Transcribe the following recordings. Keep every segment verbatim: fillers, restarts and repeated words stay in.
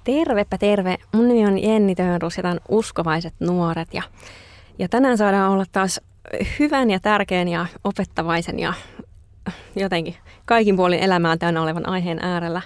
Tervepä terve. Mun nimi on Jenni Tönrus ja tämän Uskovaiset nuoret. Ja, ja tänään saadaan olla taas hyvän ja tärkeän ja opettavaisen ja jotenkin kaikin puolin elämään täynnä olevan aiheen äärellä.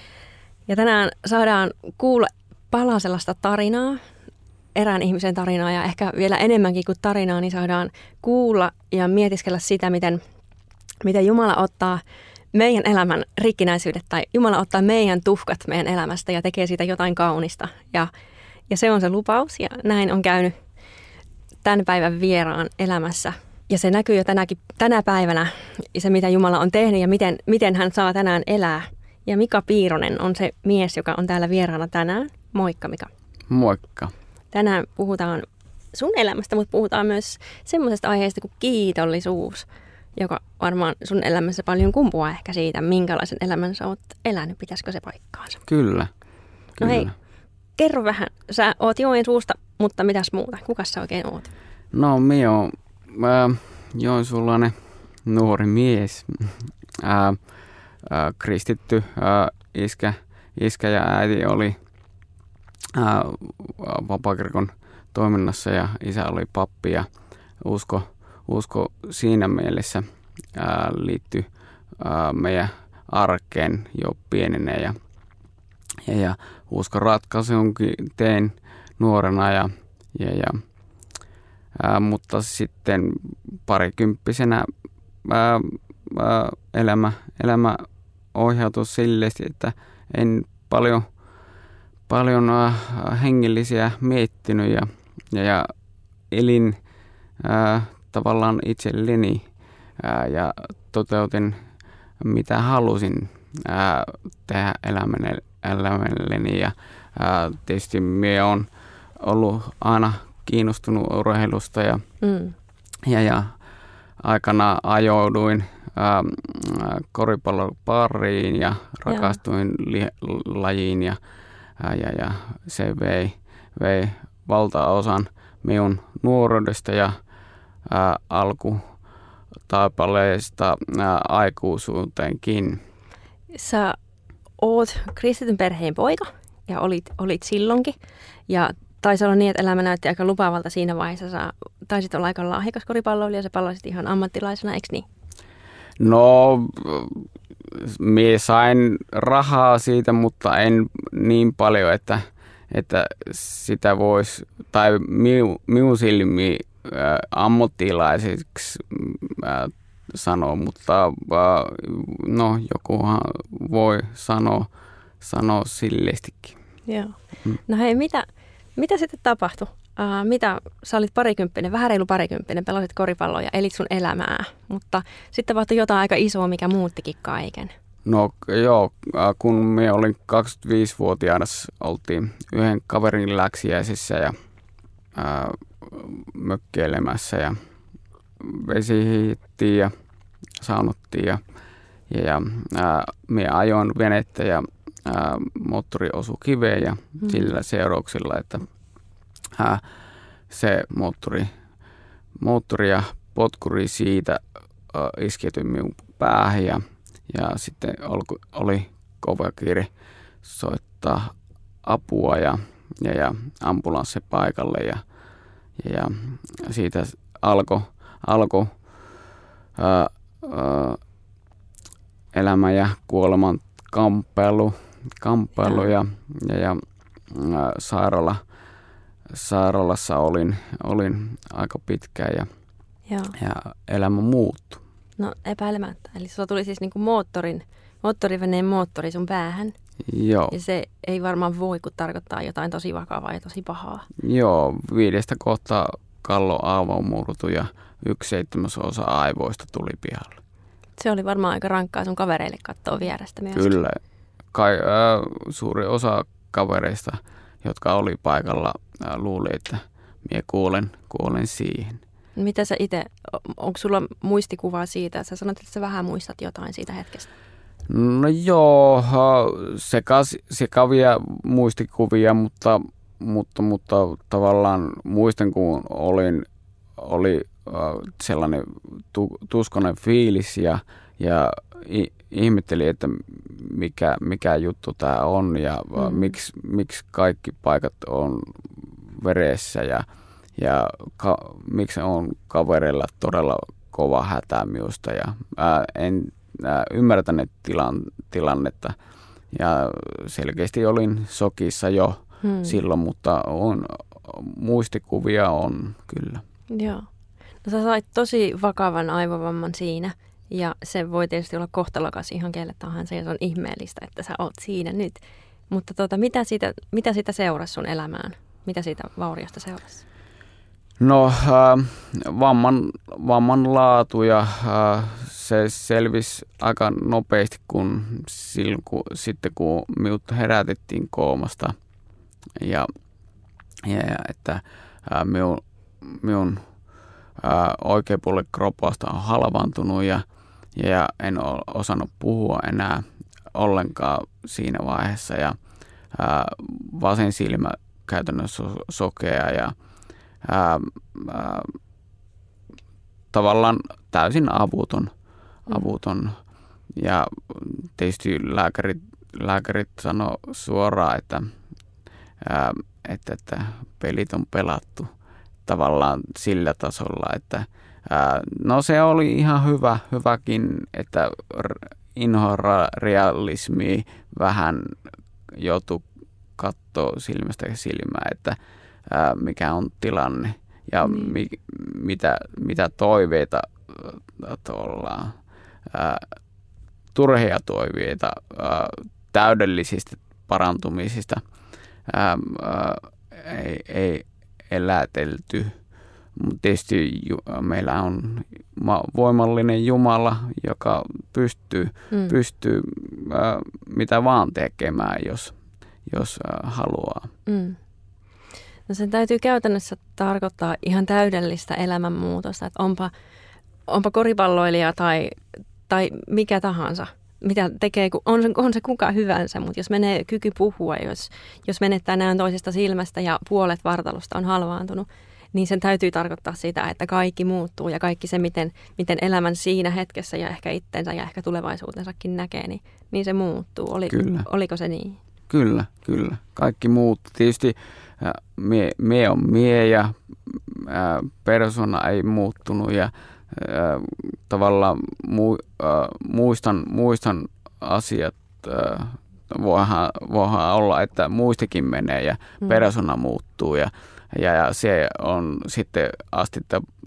Ja tänään saadaan kuulla palaa sellaista tarinaa, erään ihmisen tarinaa ja ehkä vielä enemmänkin kuin tarinaa, niin saadaan kuulla ja mietiskellä sitä, miten, miten Jumala ottaa meidän elämän rikkinäisyydet tai Jumala ottaa meidän tuhkat meidän elämästä ja tekee siitä jotain kaunista. Ja, ja se on se lupaus ja näin on käynyt tämän päivän vieraan elämässä. Ja se näkyy jo tänäkin, tänä päivänä, se mitä Jumala on tehnyt ja miten, miten hän saa tänään elää. Ja Mika Piironen on se mies, joka on täällä vieraana tänään. Moikka Mika. Moikka. Tänään puhutaan sun elämästä, mutta puhutaan myös semmoisesta aiheesta kuin kiitollisuus, joka varmaan sun elämässä paljon kumpuaa ehkä siitä, minkälaisen elämän sä oot elänyt. Pitäisikö se paikkaansa? Kyllä. No hei, kerro vähän. Sä oot Joensuusta, mutta mitäs muuta? Kukas sä oikein oot? No, minä oon äh, joensuulainen nuori mies, äh, äh, kristitty. Äh, iskä, iskä ja äiti oli äh, vapaakirkon toiminnassa ja isä oli pappi ja usko, usko siinä mielessä ää, liittyy ää, meidän arkeen jo pienenä ja, ja, ja uskon ratkaisunkin tein nuorena ja, ja, ja ää, mutta sitten parikymppisenä ää, ää, elämä, elämä ohjautui sille, että en paljon, paljon ää, hengellisiä miettinyt ja, ja, ja elin ää, tavallaan itselleni ää, ja toteutin mitä halusin ää, tehdä elämäni, elämälleni ja ää, tietysti minä olen ollut aina kiinnostunut urheilusta ja, mm. ja, ja aikana ajouduin ää, koripallon pariin ja rakastuin li, lajiin ja, ää, ja, ja se vei, vei valtaosan minun nuoruudesta ja ää, alkutaipaleesta ää, aikuisuuteenkin. Sä oot kristityn perheen poika ja olit, olit silloinkin. Ja taisi olla niin, että elämä näytti aika lupaavalta siinä vaiheessa. Sä taisit olla aika lahjakas koripalloilija ja sä palasit ihan ammattilaisena, eikö niin? No, minä sain rahaa siitä, mutta en niin paljon, että, että sitä voisi, tai minun, minun silmiin Äh, ammattilaiseksi äh, sanoa, mutta äh, no, jokuhan voi sanoa, sanoa silleestikin. Joo. Mm. No hei, mitä, mitä sitten tapahtui? Uh, mitä, sä olit parikymppinen, vähän reilu parikymppinen, pelasit koripalloa ja elit sun elämää, mutta sitten tapahtui jotain aika isoa, mikä muuttikin kaiken. No joo, kun me olin kaksikymmentäviisivuotiaana, oltiin yhden kaverin läksiäisissä ja äh, mökkeilemässä ja vesi hiihittiin ja saunottiin ja, ja, ja ää, minä ajoin venettä ja ää, moottori osui kiveen ja mm. sillä seurauksilla, että ää, se moottori, moottori ja potkuri siitä ää, iskeytyi minun päähän ja, ja sitten oli, oli kova kiire soittaa apua ja, ja, ja ambulanssi paikalle ja Ja siitä alkoi alko, elämän ja kuoleman kamppailu, kamppailu ja, ja, ja ää, sairaala, sairaalassa olin, olin aika pitkään ja, ja elämä muuttui. No epäilemättä. Eli sulla tuli siis niinku moottorin, moottoriveneen moottori sun päähän. Joo. Ja se ei varmaan voi, kun tarkoittaa jotain tosi vakavaa ja tosi pahaa. Joo, viidestä kohtaa kallo aivon murtui ja yksi seitsemäsosa aivoista tuli pihalle. Se oli varmaan aika rankkaa sun kavereille katsoa vierestä myöskin. Kyllä. Kai, äh, suuri osa kavereista, jotka oli paikalla, äh, luuli, että minä kuulen, kuulen siihen. Mitä sä itse, onko sulla muistikuvaa siitä? Sä sanot, että sä vähän muistat jotain siitä hetkestä. No joo, sekas, sekavia muistikuvia, mutta, mutta, mutta tavallaan muistan, kun olin, oli sellainen tu, tuskainen fiilis ja, ja ihmettelin, että mikä, mikä juttu tämä on ja mm. miksi, miksi kaikki paikat on veressä ja, ja ka, miksi on kavereilla todella kova hätä minusta ja ää, en ää, ymmärtänyt tilan, tilannetta ja selkeästi olin shokissa jo hmm. silloin, mutta on, muistikuvia on kyllä. Joo. No sä sait tosi vakavan aivovamman siinä ja se voi tietysti olla kohtalokas ihan kelle tahansa ja se on ihmeellistä, että sä oot siinä nyt. Mutta tota, mitä, siitä, mitä siitä seurasi sun elämään? Mitä siitä vauriosta seurasi? No äh, vamman, vamman laatu ja äh, se selvisi aika nopeasti, kun, silloin, kun sitten kun minut herätettiin koomasta ja, ja, ja että äh, minun, minun äh, oikea puoli kropasta on halvaantunut ja, ja en ole osannut puhua enää ollenkaan siinä vaiheessa ja äh, vasen silmä käytännössä sokea ja Ää, ää, tavallaan täysin avuton, avuton. Ja tietysti lääkärit, lääkärit sanoo suoraan, että, ää, että, että pelit on pelattu tavallaan sillä tasolla, että ää, no se oli ihan hyvä, hyväkin, että inhorealismia vähän joutui katsoa silmästä silmään, että Ää, mikä on tilanne ja mm. mi, mitä, mitä toiveita ollaan, turhia toiveita ää, täydellisistä parantumisista ää, ää, ei, ei elätelty. Mutta tietysti ju, meillä on voimallinen Jumala, joka pystyy, mm. pystyy ää, mitä vaan tekemään, jos, jos ää, haluaa. Mm. No sen täytyy käytännössä tarkoittaa ihan täydellistä elämänmuutosta, että onpa, onpa koripalloilija tai, tai mikä tahansa, mitä tekee, on se, on se kuka hyvänsä, mutta jos menee kyky puhua, jos, jos menettää näön toisesta silmästä ja puolet vartalosta on halvaantunut, niin sen täytyy tarkoittaa sitä, että kaikki muuttuu ja kaikki se, miten, miten elämän siinä hetkessä ja ehkä itsensä ja ehkä tulevaisuutensakin näkee, niin, niin se muuttuu. Oli, kyllä. Oliko se niin? Kyllä, kyllä. Kaikki muuttuu. Tietysti mie, mie on mie ja ää, persona ei muuttunut ja ää, tavallaan mu, ää, muistan, muistan asiat, ää, voihan, voihan olla, että muistikin menee ja mm. persona muuttuu ja, ja, ja se on sitten asti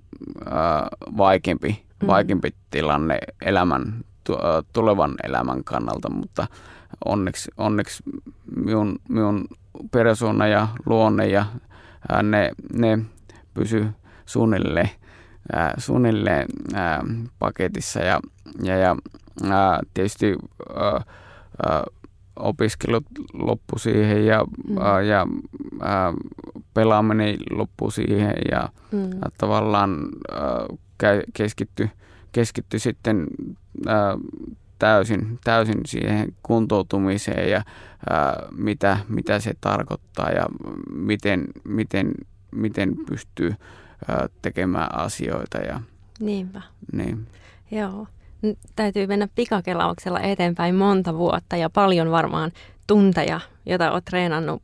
ää, vaikeampi, mm. vaikeampi tilanne elämän, tulevan elämän kannalta, mutta onneksi, onneksi minun, minun persona ja luonne ja ää, ne, ne pysy suunnilleen, ää, suunnilleen ää, paketissa ja, ja, ja ää, tietysti ää, ää, opiskelut loppu siihen ja, mm. ää, ja ää, pelaaminen loppu siihen ja mm. ää, tavallaan ää, keskitty, keskitty sitten ää, Täysin, täysin siihen kuntoutumiseen ja ää, mitä, mitä se tarkoittaa ja miten, miten, miten pystyy ää, tekemään asioita. Ja, Niinpä. Niin. Joo. Nyt täytyy mennä pikakelauksella eteenpäin monta vuotta ja paljon varmaan tunteja, joita olet treenannut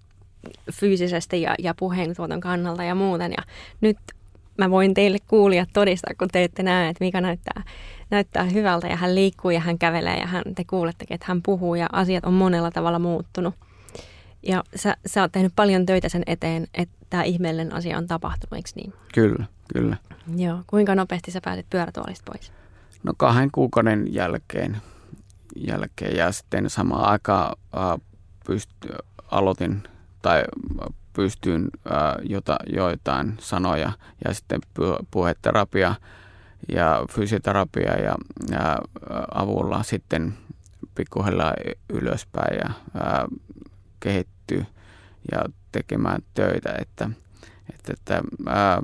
fyysisesti ja, ja puheentuoton kannalta ja muuten. Ja nyt mä voin teille kuulijat todistaa, kun te ette näe, että Mika näyttää, näyttää hyvältä ja hän liikkuu ja hän kävelee ja hän, te kuulettekin, että hän puhuu ja asiat on monella tavalla muuttunut. Ja sä, sä oot tehnyt paljon töitä sen eteen, että tämä ihmeellinen asia on tapahtunut, eikö niin? Kyllä, kyllä. Joo. Kuinka nopeasti sä pääsit pyörätuolista pois? No kahden kuukauden jälkeen, jälkeen ja sitten samaan aikaan äh, pysty, aloitin tai pystyin äh, jota, joitain sanoja ja sitten puheterapia ja fysioterapia ja, ja avulla sitten pikkuhiljaa ylöspäin ja ää, kehittyy ja tekemään töitä. Että, että, että, ää,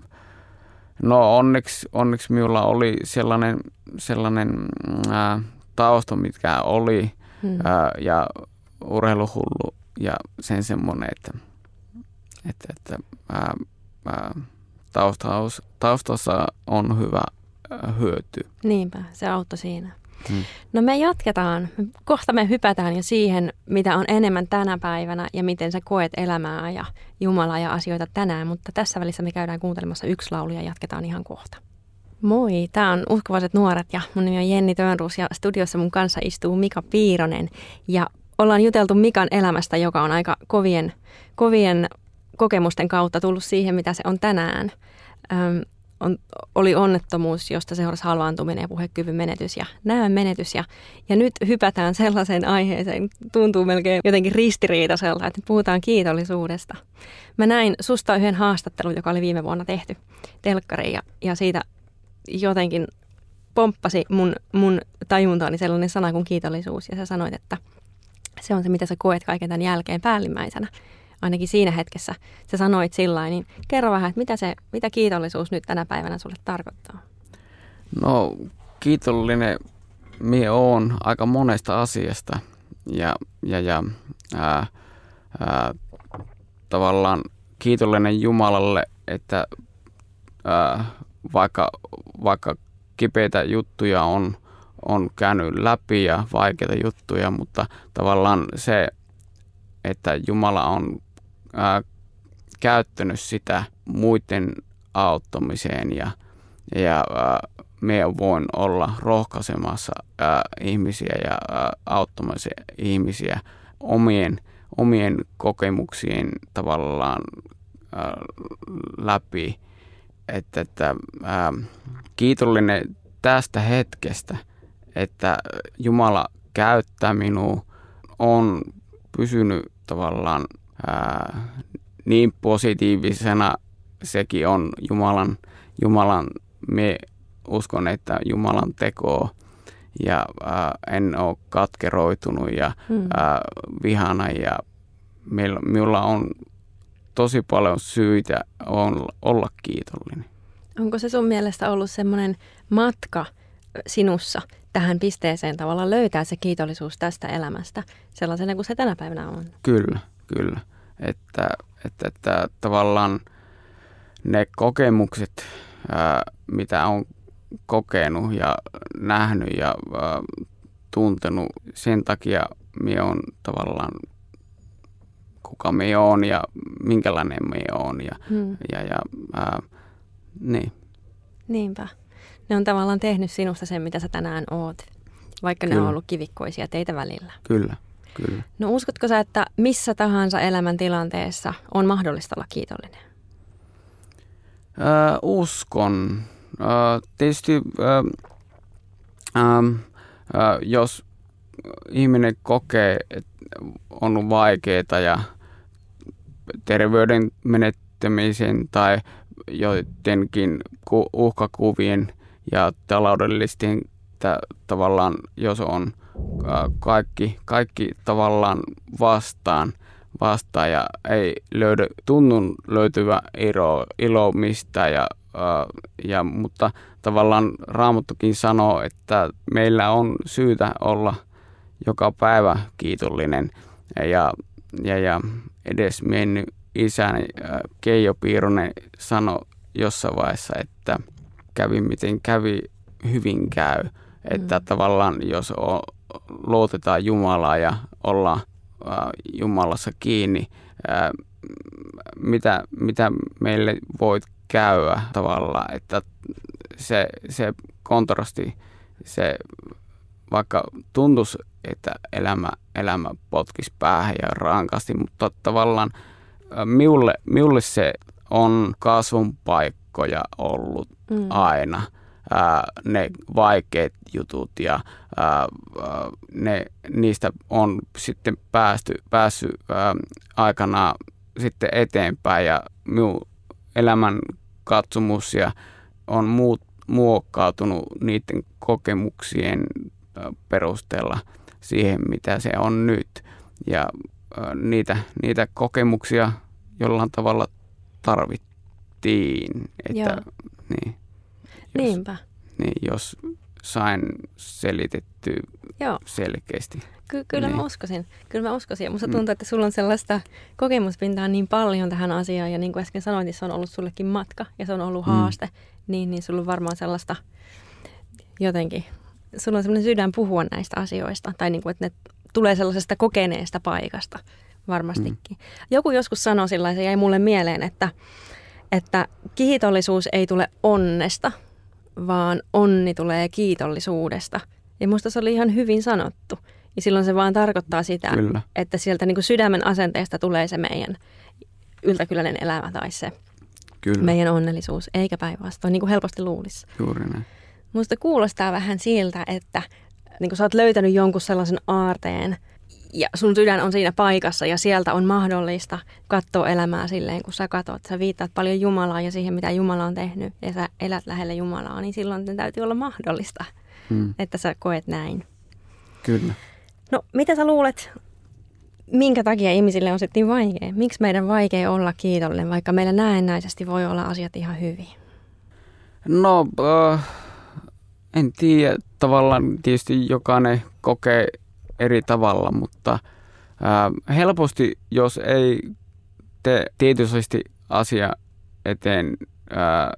no onneksi, onneksi minulla oli sellainen, sellainen ää, tausta, mitkä oli hmm. ää, ja urheiluhullu ja sen semmoinen, että, että, että ää, ää, taustassa on hyvä hyöty. Niinpä, se auttoi siinä. Hmm. No me jatketaan. Kohta me hypätään jo siihen, mitä on enemmän tänä päivänä ja miten sä koet elämää ja Jumalaa ja asioita tänään. Mutta tässä välissä me käydään kuuntelemassa yksi laulu ja jatketaan ihan kohta. Moi, tää on Uskovaiset nuoret ja mun nimi on Jenni Tönrus ja studiossa mun kanssa istuu Mika Piironen. Ja ollaan juteltu Mikan elämästä, joka on aika kovien, kovien kokemusten kautta tullut siihen, mitä se on tänään. Öm, on, oli onnettomuus, josta seurasi halvaantuminen ja puhekyvyn menetys ja näön menetys. Ja, ja nyt hypätään sellaiseen aiheeseen, tuntuu melkein jotenkin ristiriitaiselta, että puhutaan kiitollisuudesta. Mä näin susta yhden haastattelun, joka oli viime vuonna tehty telkkariin ja, ja siitä jotenkin pomppasi mun, mun tajuntaani sellainen sana kuin kiitollisuus. Ja sä sanoit, että se on se, mitä sä koet kaiken tämän jälkeen päällimmäisenä. Ainakin siinä hetkessä sä sanoit sillain, niin kerro vähän, että mitä, se, mitä kiitollisuus nyt tänä päivänä sulle tarkoittaa? No kiitollinen minä oon aika monesta asiasta ja, ja, ja ää, ää, tavallaan kiitollinen Jumalalle, että ää, vaikka, vaikka kipeitä juttuja on, on käynyt läpi ja vaikeita juttuja, mutta tavallaan se, että Jumala on ää, käyttänyt sitä muiden auttamiseen ja, ja ää, me voin olla rohkaisemassa ää, ihmisiä ja ää, auttamassa ihmisiä omien, omien kokemuksien tavallaan ää, läpi. Että, että ää, kiitollinen tästä hetkestä, että Jumala käyttää minua, on pysynyt tavallaan ää, niin positiivisena, sekin on Jumalan, Jumalan, me uskon, että Jumalan teko ja ää, en ole katkeroitunut ja hmm. ää, vihana ja meillä, minulla on tosi paljon syitä olla, olla kiitollinen. Onko se sun mielestä ollut semmoinen matka sinussa tähän pisteeseen tavallaan löytää se kiitollisuus tästä elämästä sellaisena kuin se tänä päivänä on? Kyllä, kyllä. Että, että, että tavallaan ne kokemukset, ää, mitä on kokenut ja nähnyt ja ää, tuntenut, sen takia minä olen tavallaan kuka me on ja minkälainen me on. Ja, hmm. ja, ja, ää, niin. Niinpä. Ne on tavallaan tehnyt sinusta sen, mitä sä tänään oot, vaikka kyllä. Ne on ollut kivikkoisia teitä välillä. Kyllä, kyllä. No uskotko sä, että missä tahansa elämäntilanteessa on mahdollista olla kiitollinen? Äh, uskon. Äh, tietysti äh, äh, äh, jos ihminen kokee, että on vaikeaa ja terveyden menettämisen tai joidenkin uhkakuvien ja taloudellisten t- tavallaan, jos on äh, kaikki, kaikki tavallaan vastaan, vastaan ja ei löydy, tunnun löytyvä ilo, ilo mistään, ja, äh, ja, mutta tavallaan Raamattukin sanoo, että meillä on syytä olla joka päivä kiitollinen ja, ja, ja edes mennyt isäni Keijo Piironen sanoi jossain vaiheessa, että kävi miten kävi, hyvin käy. Että mm. tavallaan jos o, luotetaan Jumalaa ja ollaan ä, Jumalassa kiinni, ä, mitä, mitä meille voi käydä tavallaan. Että se, se kontrasti, se vaikka tuntuisi, että elämä, elämä potkisi päähän ja rankasti, mutta tavallaan Minulle, minulle se on kasvun paikkoja ollut mm. aina, ää, ne vaikeat jutut ja ää, ne, niistä on sitten päästy, päässyt ää, aikanaan sitten eteenpäin ja minun elämän katsomus ja on muut, muokkautunut niiden kokemuksien perusteella siihen, mitä se on nyt ja Niitä, niitä kokemuksia jollain tavalla tarvittiin. Että, niin, jos, Niinpä. Niin, jos sain selitettyä Joo. selkeästi. Ky- kyllä niin. mä uskoisin. Kyllä mä uskoisin. Ja musta tuntuu, että sulla on sellaista kokemuspintaa niin paljon tähän asiaan. Ja niin kuin äsken sanoin, niin se on ollut sullekin matka ja se on ollut haaste. Mm. Niin, niin sulla on varmaan sellaista jotenkin sulla on sellainen sydän puhua näistä asioista, tai niin kuin, että ne tulee sellaisesta kokeneesta paikasta varmastikin. Mm. Joku joskus sanoi sillä se jäi mulle mieleen, että, että kiitollisuus ei tule onnesta, vaan onni tulee kiitollisuudesta. Ja musta se oli ihan hyvin sanottu. Ja silloin se vaan tarkoittaa sitä, Kyllä. että sieltä niin kuin sydämen asenteesta tulee se meidän yltäkylläinen elämä tai se Kyllä. meidän onnellisuus, eikä päinvastoin, niin kuin helposti luulisi. Juuri näin. Musta kuulostaa vähän siltä, että niin kuin sä oot löytänyt jonkun sellaisen aarteen ja sun sydän on siinä paikassa ja sieltä on mahdollista katsoa elämää silleen, kun sä katot. Sä viittaat paljon Jumalaa ja siihen, mitä Jumala on tehnyt ja sä elät lähellä Jumalaa, niin silloin sen täytyy olla mahdollista, hmm. että sä koet näin. Kyllä. No, mitä sä luulet, minkä takia ihmisille on sitten niin vaikea? Miksi meidän vaikea olla kiitollinen, vaikka meillä näennäisesti voi olla asiat ihan hyvin? No, äh, en tiedä. Tavallaan tietysti jokainen kokee eri tavalla, mutta äh, helposti, jos ei tee tietoisesti asia eteen äh,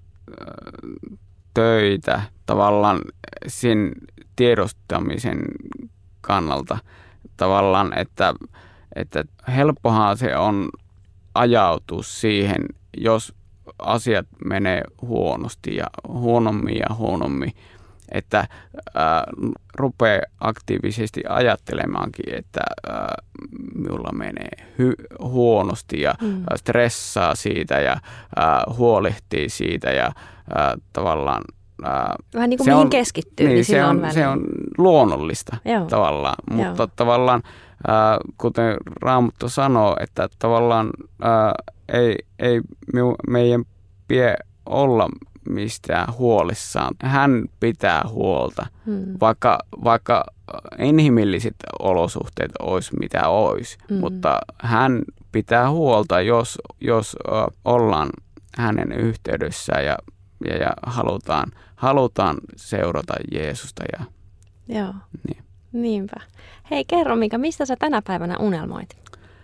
töitä tavallaan sen tiedostamisen kannalta tavallaan, että, että helppohan se on ajautua siihen, jos asiat menee huonosti ja huonommin ja huonommin, että ää, rupeaa aktiivisesti ajattelemaankin, että ää, minulla menee hy- huonosti ja mm. stressaa siitä ja ää, huolehtii siitä ja ää, tavallaan vähän niin kuin mihin on, keskittyy, niin, niin se, on, se on luonnollista Joo. tavallaan, mutta Joo. tavallaan, äh, kuten Raamattu sanoo, että tavallaan äh, ei, ei meidän pidä olla mistään huolissaan. Hän pitää huolta, hmm. vaikka, vaikka inhimilliset olosuhteet olisi mitä olisi, hmm. mutta hän pitää huolta, jos, jos äh, ollaan hänen yhteydessään ja Ja, ja halutaan, halutaan seurata Jeesusta. Ja, Joo, niin. niinpä. Hei, kerro Mika, mistä sä tänä päivänä unelmoit?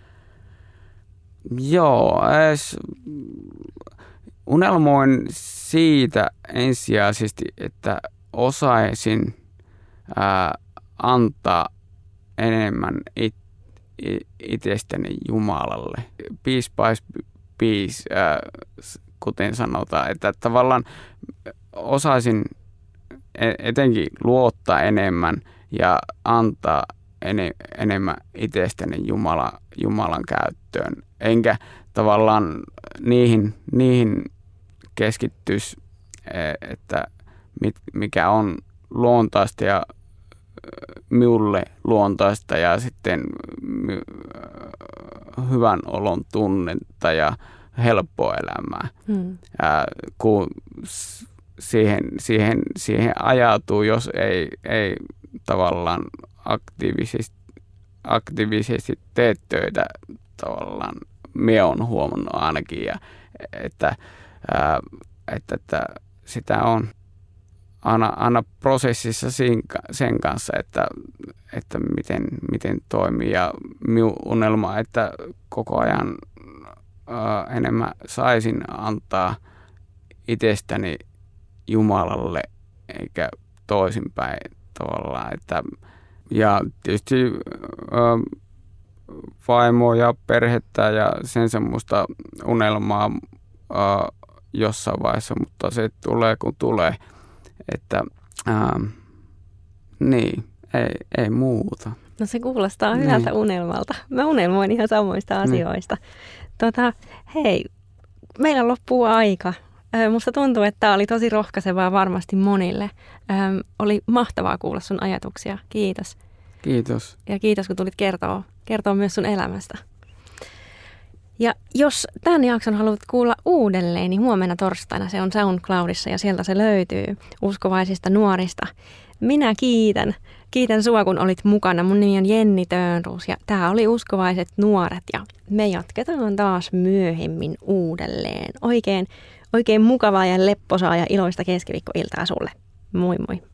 Joo, ees, unelmoin siitä ensisijaisesti, että osaisin ää, antaa enemmän it, it, itsestäni Jumalalle. Piece by piece, ää, kuten sanotaan, että tavallaan osaisin etenkin luottaa enemmän ja antaa ene, enemmän itsestäni Jumala, Jumalan käyttöön. Enkä tavallaan niihin, niihin keskittyisi, että mit, mikä on luontaista ja minulle luontaista ja sitten hyvän olon tunnetta ja helppoa elämää, hmm. Ää, kun siihen, siihen, siihen ajautuu, jos ei, ei tavallaan aktiivisesti, aktiivisesti tee töitä, tavallaan minä olen huomannut ainakin, ja, että, ää, että, että sitä on aina, aina prosessissa sen, sen kanssa, että, että miten, miten toimii, ja minun unelma, että koko ajan Uh, enemmän saisin antaa itsestäni Jumalalle eikä toisinpäin tavallaan. Että, ja tietysti uh, vaimoa ja perhettä ja sen semmoista unelmaa uh, jossain vaiheessa, mutta se tulee kun tulee. Että uh, niin, ei, ei muuta. No se kuulostaa niin. hyvältä unelmalta. Mä unelmoin ihan samoista asioista. Niin. Tota, hei, meillä loppuu aika. Musta tuntuu, että tämä oli tosi rohkaisevaa varmasti monille. Öm, oli mahtavaa kuulla sun ajatuksia. Kiitos. Kiitos. Ja kiitos, kun tulit kertoa, kertoa myös sun elämästä. Ja jos tämän jakson haluat kuulla uudelleen, niin huomenna torstaina se on SoundCloudissa ja sieltä se löytyy uskovaisista nuorista. Minä kiitän. Kiitän sua, kun olit mukana. Mun nimi on Jenni Tönruus ja tää oli Uskovaiset nuoret ja me jatketaan taas myöhemmin uudelleen. Oikein, oikein mukavaa ja lepposaa ja iloista keskiviikkoiltaa sulle. Moi moi.